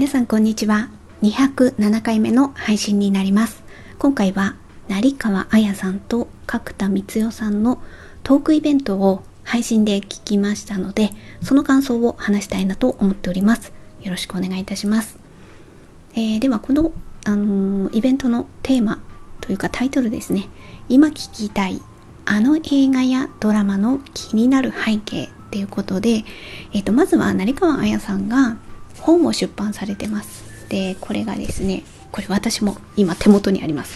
さんこんにちは。207回目の配信になります。今回は成川彩さんと角田光代さんのトークイベントを配信で聞きましたので、その感想を話したいなと思っております。よろしくお願いいたします。ではこの、イベントのテーマというかタイトルですね。今聞きたいあの映画やドラマの気になる背景ということで、まずは成川彩さんが本を出版されてます。で、これがですね、これ私も今手元にあります。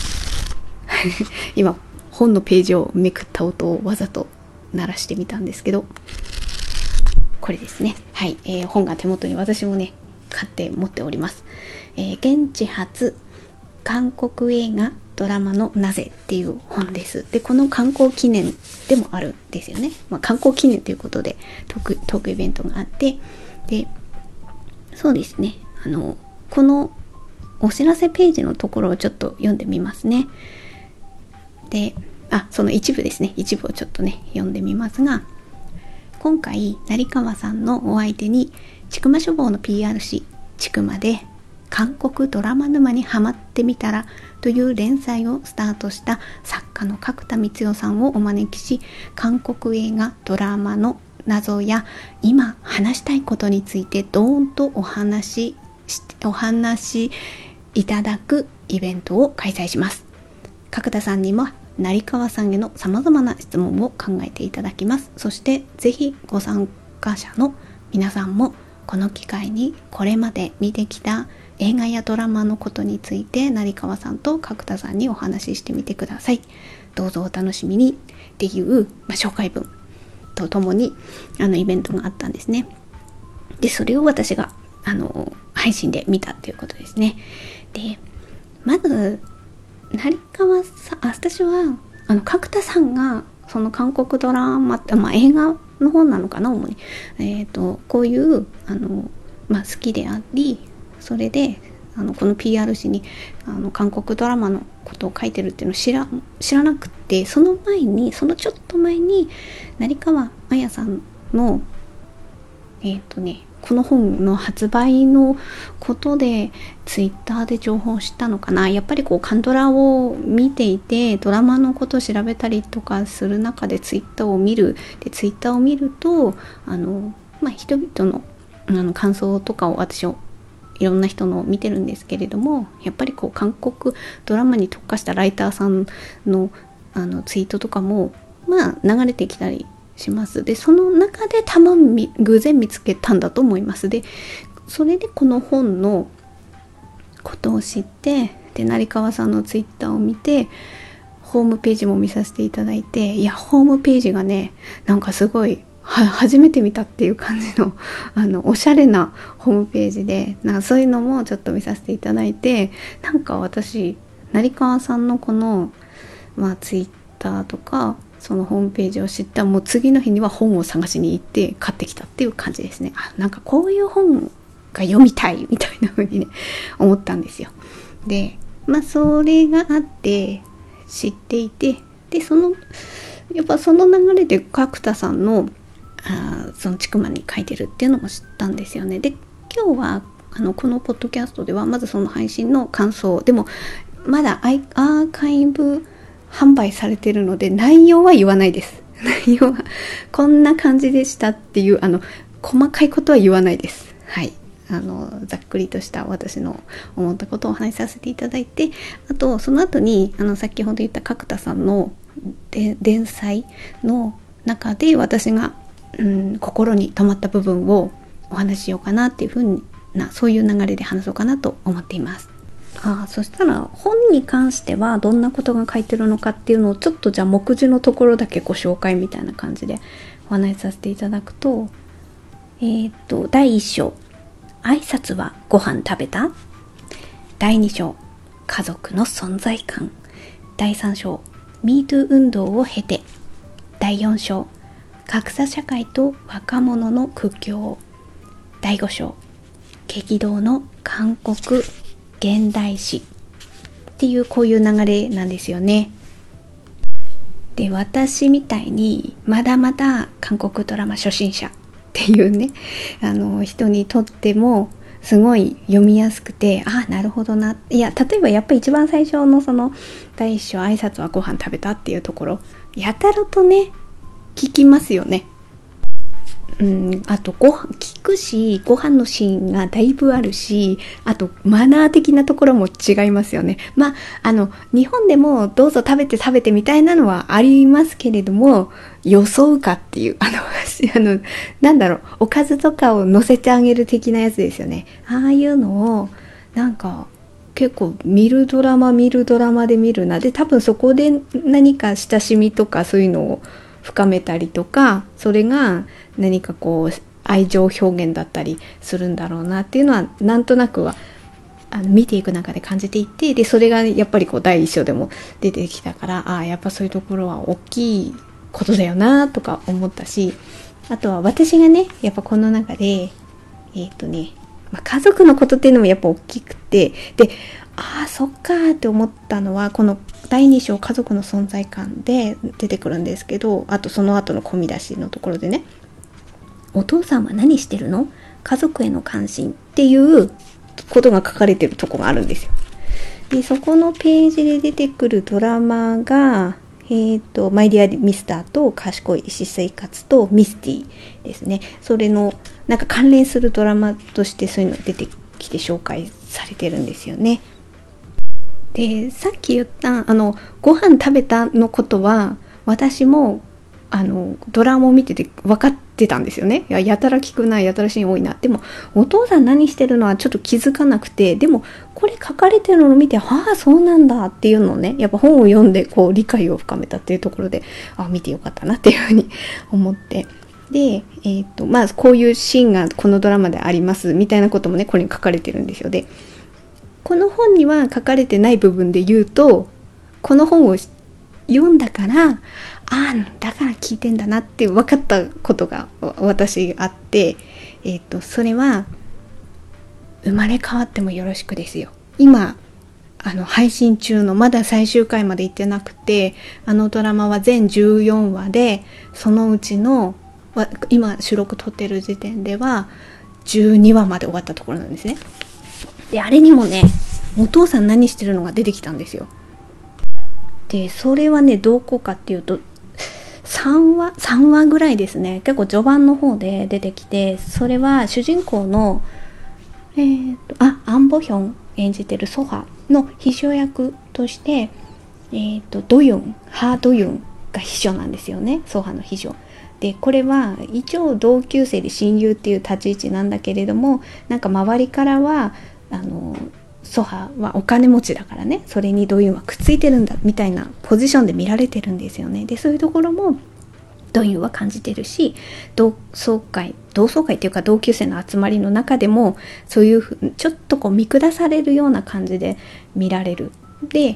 今本のページをめくった音をわざと鳴らしてみたんですけど、これですね。はい、本が手元に私もね買って持っております。現地発韓国映画ドラマのなぜっていう本です。で、この観光記念でもあるんですよね。観光記念ということでトークイベントがあって、で、そうですね。このお知らせページのところをちょっと読んでみますね。で、その一部ですね。一部をちょっとね読んでみますが、今回成川さんのお相手に千曲書房の PR 誌千曲で韓国ドラマ沼にハマってみたらという連載をスタートした作家の角田光代さんをお招きし、韓国映画ドラマの謎や今話したいことについてドーンとお話しいただくイベントを開催します。角田さんにも成川さんへのさまざまな質問を考えていただきます。そしてぜひご参加者の皆さんもこの機会にこれまで見てきた映画やドラマのことについて成川さんと角田さんにお話ししてみてください。どうぞお楽しみにっていう、紹介文とともにイベントがあったんですね。で、それを私が配信で見たっていうことですね。で、まず成川さん、私は角田さんがその韓国ドラマって、映画の本なのかな主に、こういう好きであり、それでこの PR 誌に韓国ドラマのことを書いてるっていうのを知らなくて、そのちょっと前に成川彩さんのこの本の発売のことでツイッターで情報を知ったのかな。やっぱりカンドラを見ていてドラマのことを調べたりとかする中でツイッターを見ると人々の感想とかを私いろんな人の見てるんですけれども、やっぱり韓国ドラマに特化したライターさんのツイートとかも流れてきたりします。で、その中で偶然見つけたんだと思います。で、それでこの本のことを知って、で成川さんのツイッターを見てホームページも見させていただいて、いやホームページがねなんかすごい初めて見たっていう感じのおしゃれなホームページで、そういうのもちょっと見させていただいて、私成川さんのこのツイッターとかそのホームページを知ったもう次の日には本を探しに行って買ってきたっていう感じですね。こういう本が読みたいみたいな風にね思ったんですよ。で、それがあって知っていて、でやっぱその流れで角田さんのその千曲に書いてるっていうのも知ったんですよね。で、今日はこのポッドキャストではまずその配信の感想でもまだアーカイブ販売されているので内容は言わないです。内容はこんな感じでしたっていう細かいことは言わないです。はい、ざっくりとした私の思ったことをお話しさせていただいて、あとその後に先ほど言った角田さんの連載の中で私が心に留まった部分をお話ししようかなっていう風な、そういう流れで話そうかなと思っています。そしたら本に関してはどんなことが書いてるのかっていうのをちょっとじゃあ目次のところだけご紹介みたいな感じでお話しさせていただくと、第1章挨拶はご飯食べた？第2章家族の存在感。第3章 MeToo 運動を経て。第4章格差社会と若者の苦境。第5章激動の韓国現代史っていう、こういう流れなんですよね。で、私みたいにまだまだ韓国ドラマ初心者っていうね、人にとってもすごい読みやすくて、あ、なるほどな。いや、例えばやっぱり一番最初のその第一章挨拶はご飯食べたっていうところ、やたらとね聞きますよね。あと聞くし、ご飯のシーンがだいぶあるし、あとマナー的なところも違いますよね。日本でもどうぞ食べてみたいなのはありますけれども、装うかっていうなんだろう、おかずとかを乗せてあげる的なやつですよね。ああいうのをなんか結構見るドラマで見るな。で、多分そこで何か親しみとかそういうのを深めたりとか、それが何かこう愛情表現だったりするんだろうなっていうのはなんとなくは見ていく中で感じていて、でそれがやっぱりこう第一章でも出てきたから、やっぱそういうところは大きいことだよなとか思ったし、あとは私がねやっぱこの中で家族のことっていうのもやっぱ大きくて、でそっかーって思ったのは、この第2章家族の存在感で出てくるんですけど、あとその後の込み出しのところでね、お父さんは何してるの？家族への関心っていうことが書かれてるとこがあるんですよ。でそこのページで出てくるドラマがマイディアミスターと賢い私生活とミスティですね。それのなんか関連するドラマとしてそういうの出てきて紹介されてるんですよね。でさっき言ったご飯食べたのことは私もドラマを見てて分かってたんですよね。やたら聞くな、やたらシーン多いな。でもお父さん何してるのはちょっと気づかなくて、でもこれ書かれてるのを見て、そうなんだっていうのをね、やっぱ本を読んでこう理解を深めたっていうところで、見てよかったなっていうふうに思って、でこういうシーンがこのドラマでありますみたいなこともねこれに書かれてるんですよ。でこの本には書かれてない部分で言うと、この本を読んだからだから聞いてんだなって分かったことが私あって、それは生まれ変わってもよろしくですよ。今配信中のまだ最終回まで行ってなくて、ドラマは全14話で、そのうちの今収録撮ってる時点では12話まで終わったところなんですね。であれにもねお父さん何してるのが出てきたんですよ。でそれはねどこかっていうと3話ぐらいですね。結構序盤の方で出てきて、それは主人公のアンボヒョン演じてるソハの秘書役としてドユンが秘書なんですよね。ソハの秘書で、これは一応同級生で親友っていう立ち位置なんだけれども、なんか周りからはソハはお金持ちだからね、それにドユンはくっついてるんだみたいなポジションで見られてるんですよね。でそういうところもドユンは感じてるし、同窓会っていうか同級生の集まりの中でもそういうちょっとこう見下されるような感じで見られる。で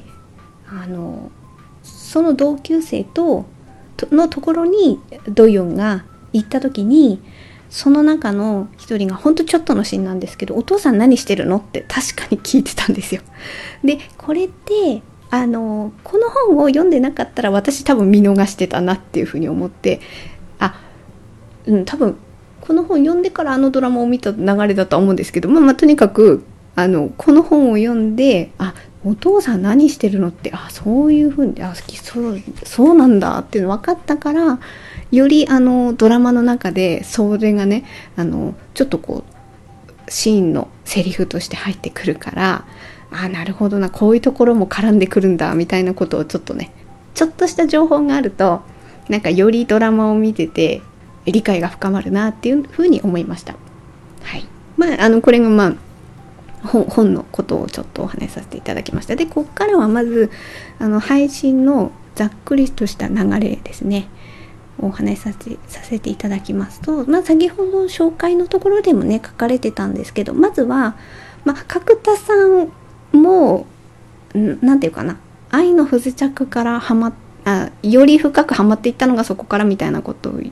その同級生のところにドユンが行った時に、その中の一人がほんとちょっとのシーンなんですけど、お父さん何してるのって確かに聞いてたんですよ。でこれってこの本を読んでなかったら私多分見逃してたなっていうふうに思って、多分この本読んでからドラマを見た流れだとは思うんですけど、とにかくこの本を読んでお父さん何してるのってそういうふうにそうなんだっていうの分かったから、よりドラマの中でそれがねちょっとこうシーンのセリフとして入ってくるから、なるほどな、こういうところも絡んでくるんだみたいなことをちょっとした情報があると、なんかよりドラマを見てて理解が深まるなっていうふうに思いました。はい。これが本のことをちょっとお話しさせていただきました。でここからはまず配信のざっくりとした流れですね、お話しさせていただきますと、先ほど紹介のところでもね書かれてたんですけど、まずは、角田さんもなんていうかな、愛の不時着からより深くハマっていったのがそこからみたいなことを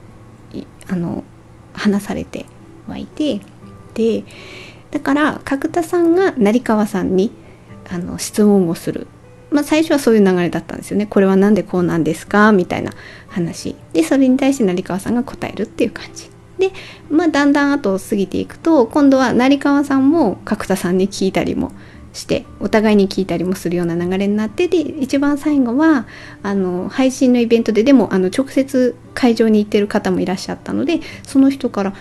話されてはいて、でだから角田さんが成川さんに質問をする。最初はそういう流れだったんですよね。これはなんでこうなんですかみたいな話で、それに対して成川さんが答えるっていう感じで、だんだん後を過ぎていくと、今度は成川さんも角田さんに聞いたりもしてお互いに聞いたりもするような流れになって、で一番最後は配信のイベントで、でも直接会場に行ってる方もいらっしゃったので、その人から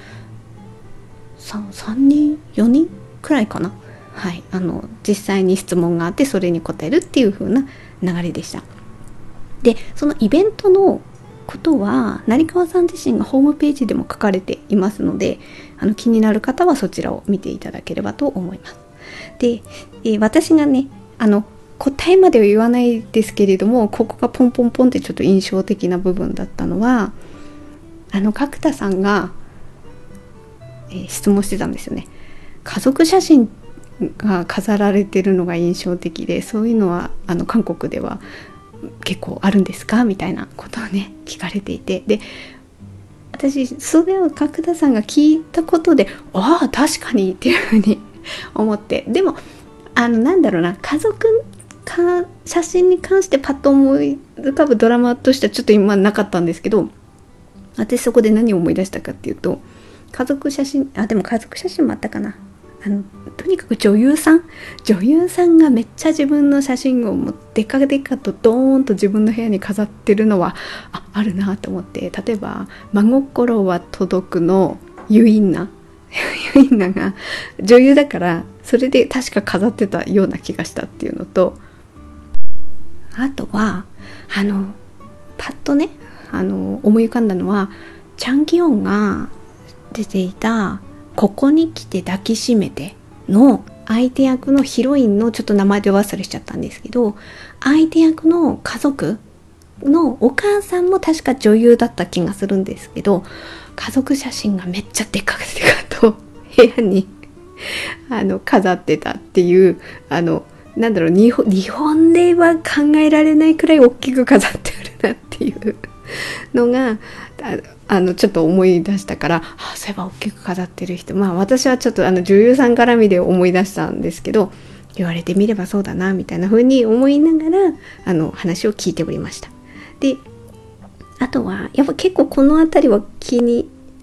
3人4人くらいかな、はい、実際に質問があって、それに答えるっていう風な流れでした。でそのイベントのことは成川さん自身がホームページでも書かれていますので、気になる方はそちらを見ていただければと思います。で、私がね答えまでは言わないですけれども、ここがポンポンポンってちょっと印象的な部分だったのは、角田さんが、質問してたんですよね。家族写真が飾られてるのが印象的で、そういうのは韓国では結構あるんですかみたいなことをね聞かれていて、で私それを角田さんが聞いたことで、ああ確かにっていうふうに思って、でもなんだろうな、家族写真に関してパッと思い浮かぶドラマとしてはちょっと今なかったんですけど、私そこで何を思い出したかっていうと、家族写真でも家族写真もあったかな、とにかく女優さんがめっちゃ自分の写真をもうデカデカとドーンと自分の部屋に飾ってるのはあるなと思って、例えば真心は届くのユインナが女優だからそれで確か飾ってたような気がしたっていうのと、あとはパッとね思い浮かんだのは、チャンギヨンが出ていたここに来て抱きしめての相手役のヒロインのちょっと名前で忘れしちゃったんですけど、相手役の家族のお母さんも確か女優だった気がするんですけど、家族写真がめっちゃでかくてと部屋に飾ってたっていう、なんだろう、日本では考えられないくらい大きく飾ってあるなっていうのがちょっと思い出したから、そういえば大きく飾ってる人、私はちょっと女優さん絡みで思い出したんですけど、言われてみればそうだなみたいな風に思いながら話を聞いておりました。であとはやっぱ結構このあたりは気に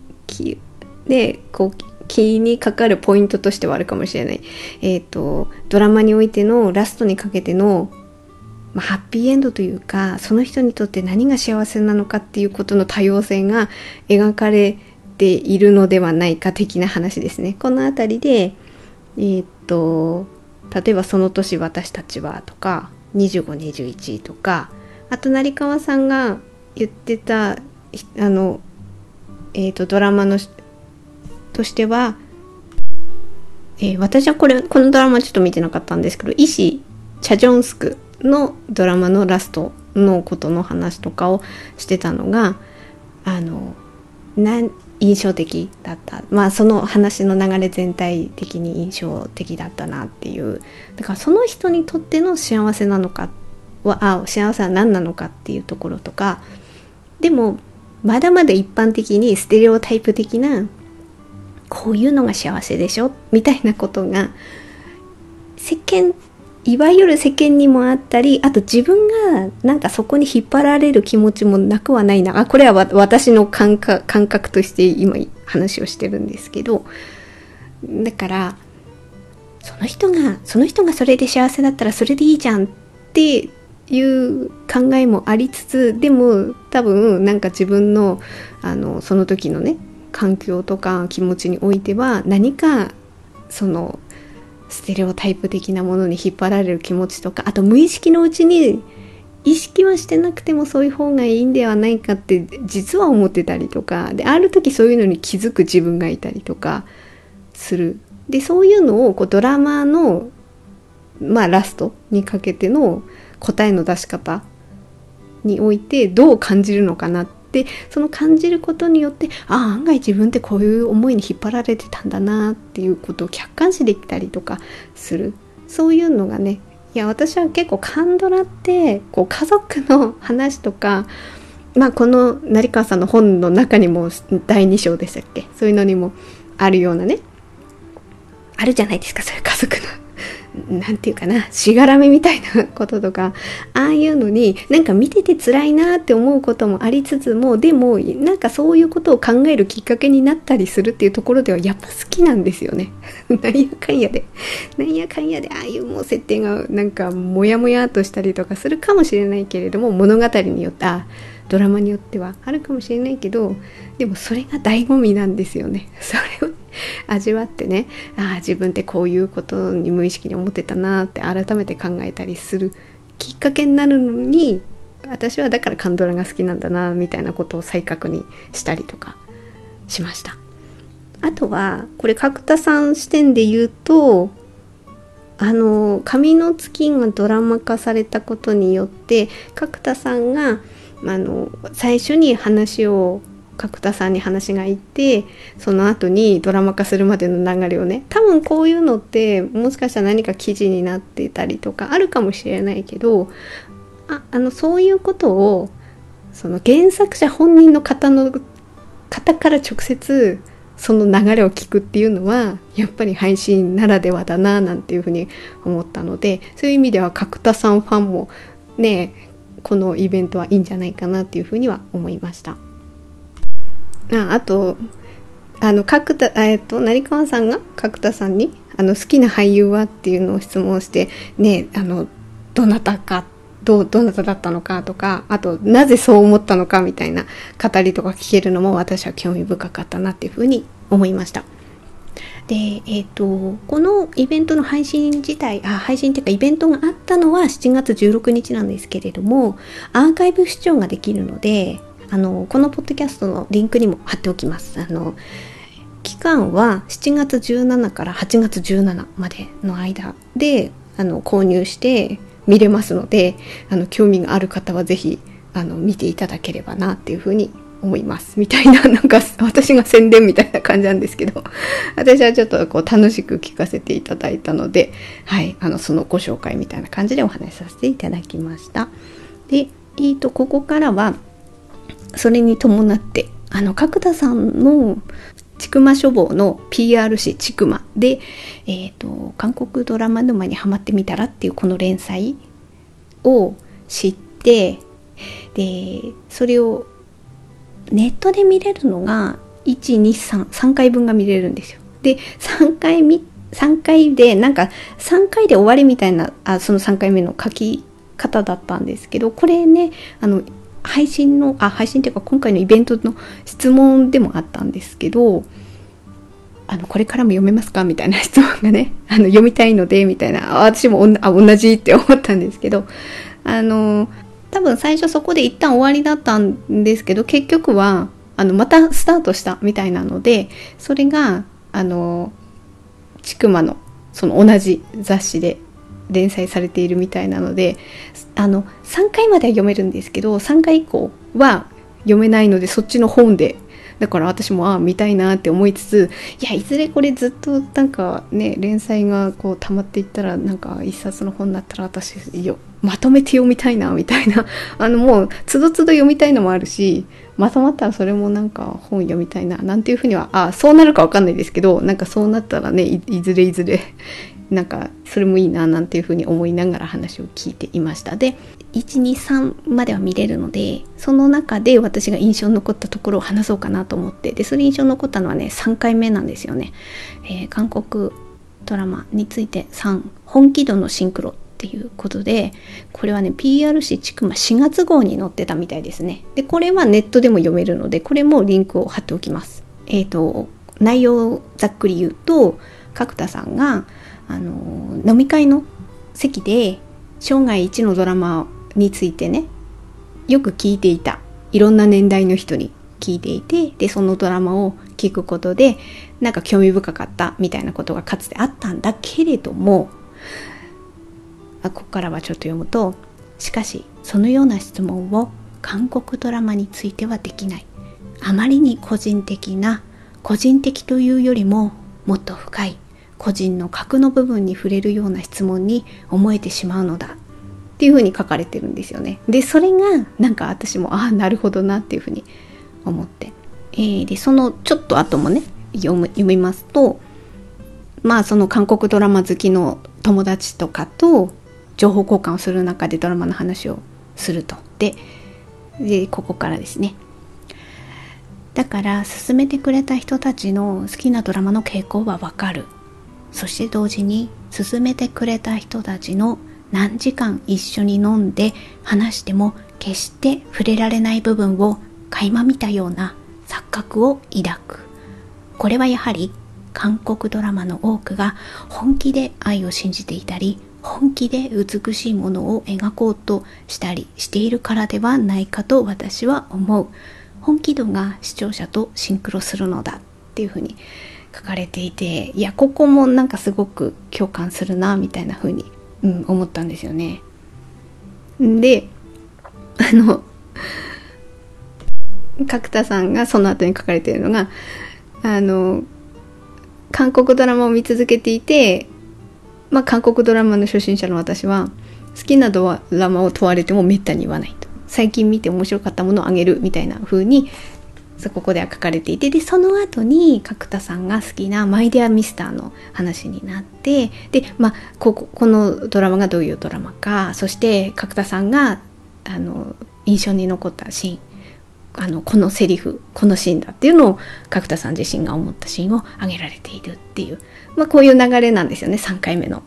かかるポイントとしてはあるかもしれない。ドラマにおいてのラストにかけてのハッピーエンドというか、その人にとって何が幸せなのかっていうことの多様性が描かれているのではないか的な話ですね。このあたりで例えばその年私たちはとか25、21とか、あと成川さんが言ってたドラマのとしては、私はこのドラマちょっと見てなかったんですけど、イシ・チャジョンスクのドラマのラストのことの話とかをしてたのが印象的だった。その話の流れ全体的に印象的だったなっていう。だからその人にとっての幸せなのか幸せは何なのかっていうところとか、でもまだまだ一般的にステレオタイプ的なこういうのが幸せでしょみたいなことがいわゆる世間にもあったり、あと自分がなんかそこに引っ張られる気持ちもなくはないな。これは私の感覚として今話をしてるんですけど、だからその人がそれで幸せだったらそれでいいじゃんっていう考えもありつつ、でも多分なんか自分のその時のね環境とか気持ちにおいては、何かそのステレオタイプ的なものに引っ張られる気持ちとか、あと無意識のうちに意識はしてなくてもそういう方がいいんではないかって実は思ってたりとかで、ある時そういうのに気づく自分がいたりとかする。でそういうのをドラマのラストにかけての答えの出し方においてどう感じるのかなって、その感じることによって、案外自分ってこういう思いに引っ張られてたんだなっていうことを客観視できたりとかする。そういうのがね、私は結構カンドラって家族の話とか、この成川さんの本の中にも第2章でしたっけ、そういうのにもあるようなね、あるじゃないですか、そういう家族のなんていうかな、しがらみみたいなこととか、ああいうのになんか見てて辛いなって思うこともありつつも、でもなんかそういうことを考えるきっかけになったりするっていうところではやっぱ好きなんですよね。なんやかんやでああいうもう設定がなんかモヤモヤっとしたりとかするかもしれないけれども、物語によってドラマによってはあるかもしれないけど、でもそれが醍醐味なんですよね。それを味わってね、自分ってこういうことに無意識に思ってたなって改めて考えたりするきっかけになるのに、私はだからカンドラが好きなんだなみたいなことを再確認したりとかしました。あとはこれ角田さん視点で言うと、神の月がドラマ化されたことによって角田さんが最初に角田さんに話がいって、その後にドラマ化するまでの流れをね、多分こういうのってもしかしたら何か記事になってたりとかあるかもしれないけど、そういうことをその原作者本人の方から直接その流れを聞くっていうのはやっぱり配信ならではだななんていうふうに思ったので、そういう意味では角田さんファンもね、このイベントはいいんじゃないかなっていうふうには思いました。あと成川さんが角田さんに好きな俳優はっていうのを質問してね、どなただったのかとか、あとなぜそう思ったのかみたいな語りとか聞けるのも私は興味深かったなっていうふうに思いました。で、このイベントの配信っていうかイベントがあったのは7月16日なんですけれども、アーカイブ視聴ができるので、このポッドキャストのリンクにも貼っておきます。期間は7月17から8月17までの間で購入して見れますので、興味がある方はぜひ見ていただければなっていうふうに思いますみたいな、なんか私が宣伝みたいな感じなんですけど、私はちょっと楽しく聞かせていただいたので、はい、そのご紹介みたいな感じでお話しさせていただきました。で、ここからはそれに伴って角田さんのちくま書房の PR 誌ちくまで、韓国ドラマ沼にハマってみたらっていうこの連載を知って、でそれをネットで見れるのが3回分が見れるんですよ。で3回でなんか3回で終わりみたいなその3回目の書き方だったんですけど、これね配信っていうか今回のイベントの質問でもあったんですけど、これからも読めますかみたいな質問がね、読みたいのでみたいな、私も同じって思ったんですけど、多分最初そこで一旦終わりだったんですけど、結局はまたスタートしたみたいなので、それがちくまのその同じ雑誌で連載されているみたいなので、3回までは読めるんですけど3回以降は読めないので、そっちの本で、だから私も見たいなって思いつつ、いずれこれずっとなんかね連載が溜まっていったら、なんか一冊の本になったら私まとめて読みたいなみたいなもうつどつど読みたいのもあるし、まとまったらそれもなんか本読みたいななんていうふうにはそうなるかわかんないですけど、なんかそうなったらねいずれなんかそれもいいななんていうふうに思いながら話を聞いていました。で1,2,3までは見れるので、その中で私が印象に残ったところを話そうかなと思って、でそれ印象に残ったのはね3回目なんですよね。韓国ドラマについて本気度のシンクロっていうことで、これはね PR 誌ちくま4月号に載ってたみたいですね。でこれはネットでも読めるので、これもリンクを貼っておきます。内容をざっくり言うと、角田さんが飲み会の席で生涯一のドラマについてねよく聞いていた、いろんな年代の人に聞いていて、でそのドラマを聞くことでなんか興味深かったみたいなことがかつてあったんだけれども、ここからはちょっと読むと、しかしそのような質問を韓国ドラマについてはできない。あまりに個人的というよりももっと深い個人の核の部分に触れるような質問に思えてしまうのだっていうふうに書かれてるんですよね。でそれがなんか私もなるほどなっていうふうに思って、でそのちょっと後もね読みますと、その韓国ドラマ好きの友達とかと情報交換をする中でドラマの話をすると。でここからですね。だから勧めてくれた人たちの好きなドラマの傾向はわかる。そして同時に勧めてくれた人たちの何時間一緒に飲んで話しても決して触れられない部分を垣間見たような錯覚を抱く。これはやはり韓国ドラマの多くが本気で愛を信じていたり、本気で美しいものを描こうとしたりしているからではないかと私は思う。本気度が視聴者とシンクロするのだっていうふうに書かれていて、いやここもなんかすごく共感するなみたいなふうに、思ったんですよね。で角田さんがその後に書かれているのが韓国ドラマを見続けていて、韓国ドラマの初心者の私は好きなドラマを問われてもめったに言わないと。最近見て面白かったものをあげるみたいな風にここでは書かれていて、でその後に角田さんが好きなマイデアミスターの話になって、でこのドラマがどういうドラマか、そして角田さんが印象に残ったシーン、このセリフこのシーンだっていうのを角田さん自身が思ったシーンを挙げられているっていう、こういう流れなんですよね。3回目の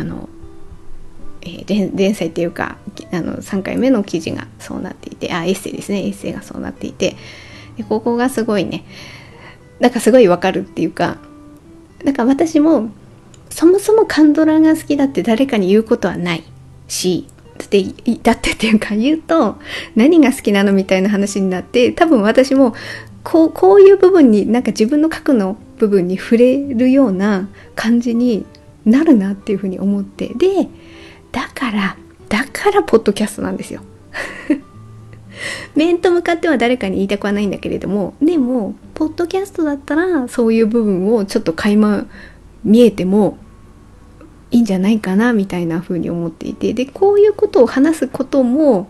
連載っていうか3回目の記事がそうなっていて、エッセイですね、エッセイがそうなっていて、でここがすごいね、なんかすごいわかるっていうか、だから私もそもそもカンドラが好きだって誰かに言うことはないし、だってっていうか言うと何が好きなのみたいな話になって、多分私もこういう部分になんか自分の核の部分に触れるような感じになるなっていうふうに思って、でだからポッドキャストなんですよ面と向かっては誰かに言いたくはないんだけれども、でもポッドキャストだったらそういう部分をちょっと垣間見えてもいいんじゃないかなみたいな風に思っていて、でこういうことを話すことも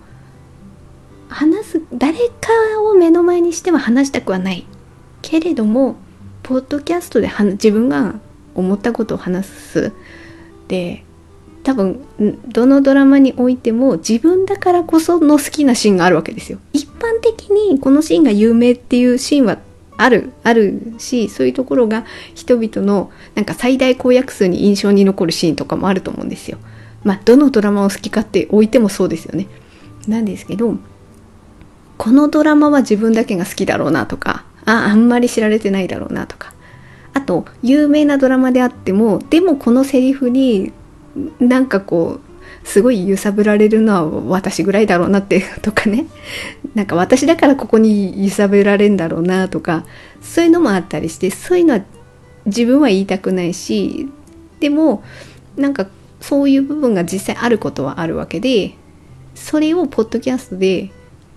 誰かを目の前にしては話したくはないけれども、ポッドキャストで自分が思ったことを話すで、多分どのドラマにおいても自分だからこその好きなシーンがあるわけですよ。一般的にこのシーンが有名っていうシーンはあるし、そういうところが人々のなんか最大公約数に印象に残るシーンとかもあると思うんですよ。どのドラマを好きかっておいてもそうですよね。なんですけど、このドラマは自分だけが好きだろうなとか、あんまり知られてないだろうなとか、あと有名なドラマであっても、でもこのセリフになんかすごい揺さぶられるのは私ぐらいだろうなってとかね、なんか私だからここに揺さぶられるんだろうなとか、そういうのもあったりして、そういうのは自分は言いたくないし、でもなんかそういう部分が実際あることはあるわけで、それをポッドキャストで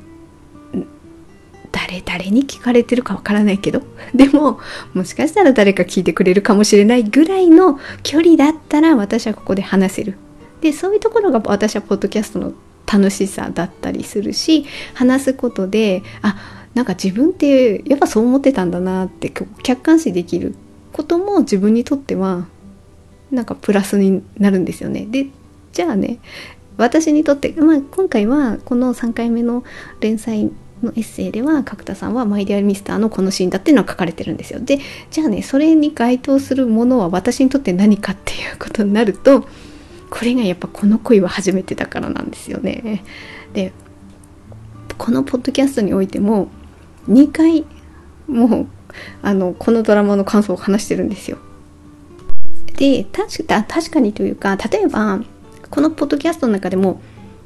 誰に聞かれてるかわからないけど、でももしかしたら誰か聞いてくれるかもしれないぐらいの距離だったら私はここで話せる。でそういうところが私はポッドキャストの楽しさだったりするし、話すことでなんか自分ってやっぱそう思ってたんだなって客観視できることも自分にとってはなんかプラスになるんですよね。でじゃあね、私にとって、今回はこの3回目の連載のエッセイでは角田さんはマイディアミスターのこのシーンだっていうのは書かれてるんですよ。でじゃあね、それに該当するものは私にとって何かっていうことになると、これがやっぱこの恋は初めてだからなんですよね。でこのポッドキャストにおいても2回もうこのドラマの感想を話してるんですよ。で確かにというか、例えばこのポッドキャストの中でも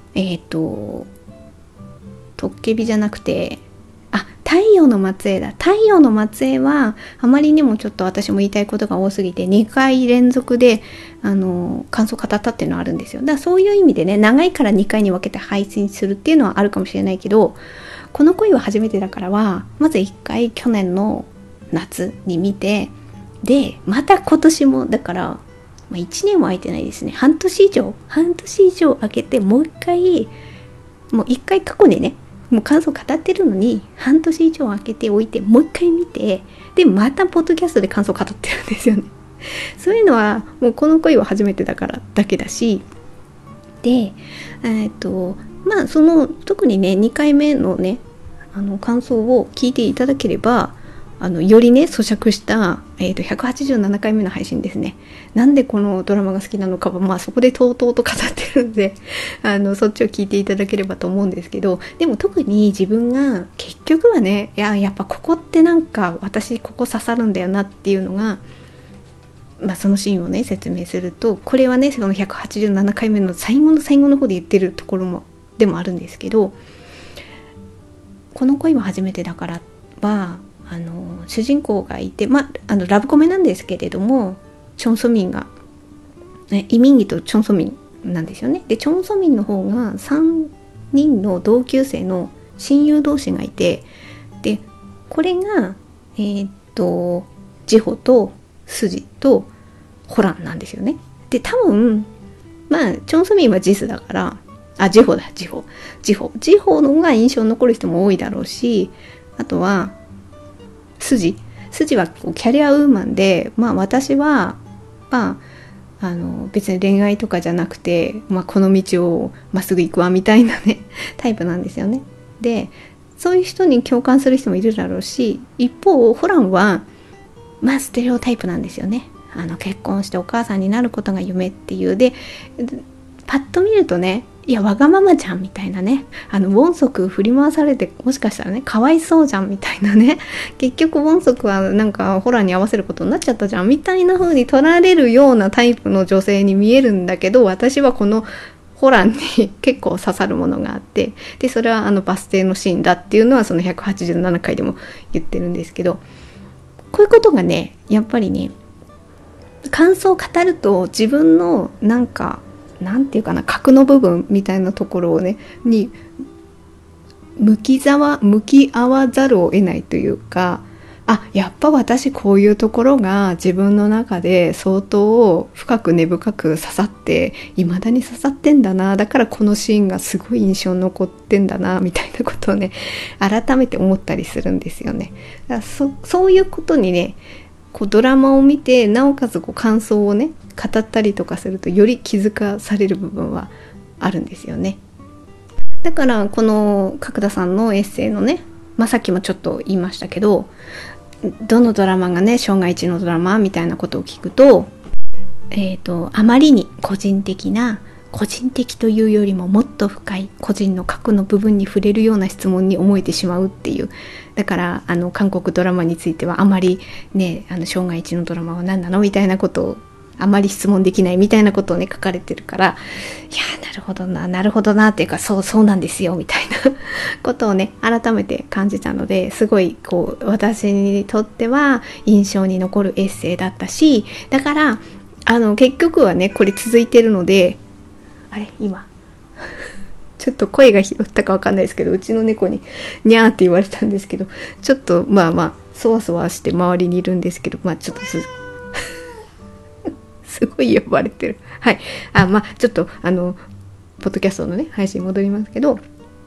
トッケビじゃなくて太陽の末裔だ。太陽の末裔はあまりにもちょっと私も言いたいことが多すぎて2回連続で感想を語ったっていうのはあるんですよ。だからそういう意味でね、長いから2回に分けて配信するっていうのはあるかもしれないけど、この恋は初めてだからはまず1回去年の夏に見て、でまた今年もだから1年も空いてないですね。半年以上空けてもう1回過去にねもう感想語ってるのに半年以上空けておいてもう一回見て、でまたポッドキャストで感想語ってるんですよね。 そういうのはもうこの恋は初めてだからだけだし、でまあその特にね2回目のね感想を聞いていただければよりね咀嚼した、187回目の配信ですね。なんでこのドラマが好きなのかは、まあそこでとうとうと語ってるんでそっちを聞いていただければと思うんですけど、でも特に自分が結局はね、やっぱここってなんか私ここ刺さるんだよなっていうのが、まあ、そのシーンをね説明すると、これはねその187回目の最後の最後の方で言ってるところもでもあるんですけど、この恋は初めてだからは主人公がいて、まあ、ラブコメなんですけれども、チョン・ソミンが、ね、イ・ミンギとチョン・ソミンなんですよね。でチョン・ソミンの方が3人の同級生の親友同士がいて、でこれがジホとスジとホランなんですよね。で多分まあチョン・ソミンはジスだから、ジホの方が印象に残る人も多いだろうし、あとはスジはこうキャリアウーマンで、まあ私はまあ別に恋愛とかじゃなくて、まあ、この道をまっすぐ行くわみたいなねタイプなんですよね。でそういう人に共感する人もいるだろうし、一方ホランはまあステレオタイプなんですよね。結婚してお母さんになることが夢っていう。でパッと見るとね、いやわがままじゃんみたいなね、ウォンソク振り回されてもしかしたらねかわいそうじゃんみたいなね、結局ウォンソクはなんかホラーに合わせることになっちゃったじゃんみたいな風に取られるようなタイプの女性に見えるんだけど、私はこのホラーに結構刺さるものがあって、でそれはバス停のシーンだっていうのはその187回でも言ってるんですけど、こういうことがねやっぱりね感想を語ると自分のなんていうかな、核の部分みたいなところをねに向き合わざるを得ないというか、やっぱ私こういうところが自分の中で相当深く根深く刺さって未だに刺さってんだな、だからこのシーンがすごい印象に残ってんだなみたいなことをね改めて思ったりするんですよね。だからそういうことにねこうドラマを見てなおかつこう感想をね語ったりとかするとより気づかされる部分はあるんですよね。だからこの角田さんのエッセイのね、さっきもちょっと言いましたけど、どのドラマがね生涯一のドラマみたいなことを聞くと、あまりに個人的というよりももっと深い個人の核の部分に触れるような質問に思えてしまうっていう。だから韓国ドラマについてはあまりね生涯一のドラマは何なのみたいなことをあまり質問できないみたいなことをね書かれてるから、いやなるほどなっていうか、そうなんですよみたいなことをね改めて感じたので、すごいこう私にとっては印象に残るエッセイだったし、だから結局はねこれ続いてるので、今ちょっと声が拾ったかわかんないですけど、うちの猫にニャーって言われたんですけど、ちょっとそわそわして周りにいるんですけど、ちょっとすごい呼ばれてる。はい。ちょっとポッドキャストのね配信戻りますけど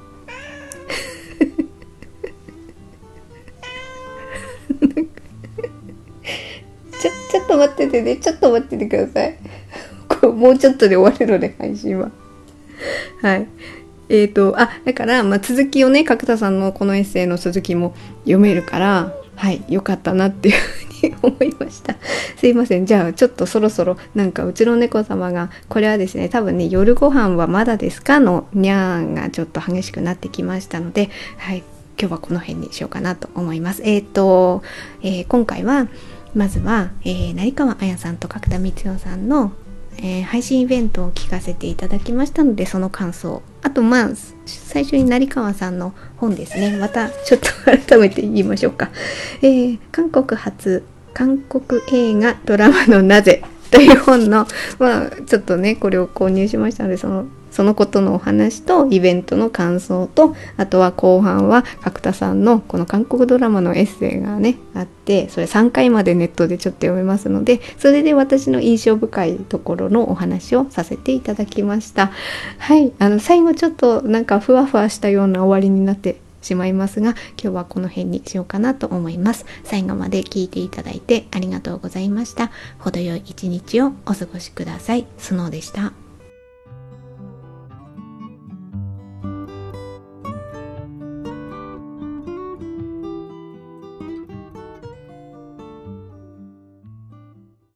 ちょっと待っててね、ちょっと待っててくださいもうちょっとで終わるので配信ははい。だから続きをね角田さんのこのエッセイの続きも読めるから、はいよかったなっていうふうに思いました。すいません。じゃあちょっとそろそろうちの猫様がこれはですね多分ね夜ご飯はまだですかのニャーがちょっと激しくなってきましたので、はい今日はこの辺にしようかなと思います。今回はまずは、成川彩さんと角田光代さんの配信イベントを聞かせていただきましたので、その感想、あと最初に成川さんの本ですね、またちょっと改めて言いましょうか。韓国発韓国映画ドラマのなぜという本のちょっとねこれを購入しましたので、そのことのお話とイベントの感想と、あとは後半は角田さんのこの韓国ドラマのエッセイがねあって、それ3回までネットでちょっと読めますので、それで私の印象深いところのお話をさせていただきました。はい、最後ちょっとふわふわしたような終わりになってしまいますが、今日はこの辺にしようかなと思います。最後まで聞いていただいてありがとうございました。程よい一日をお過ごしください。スノーでした。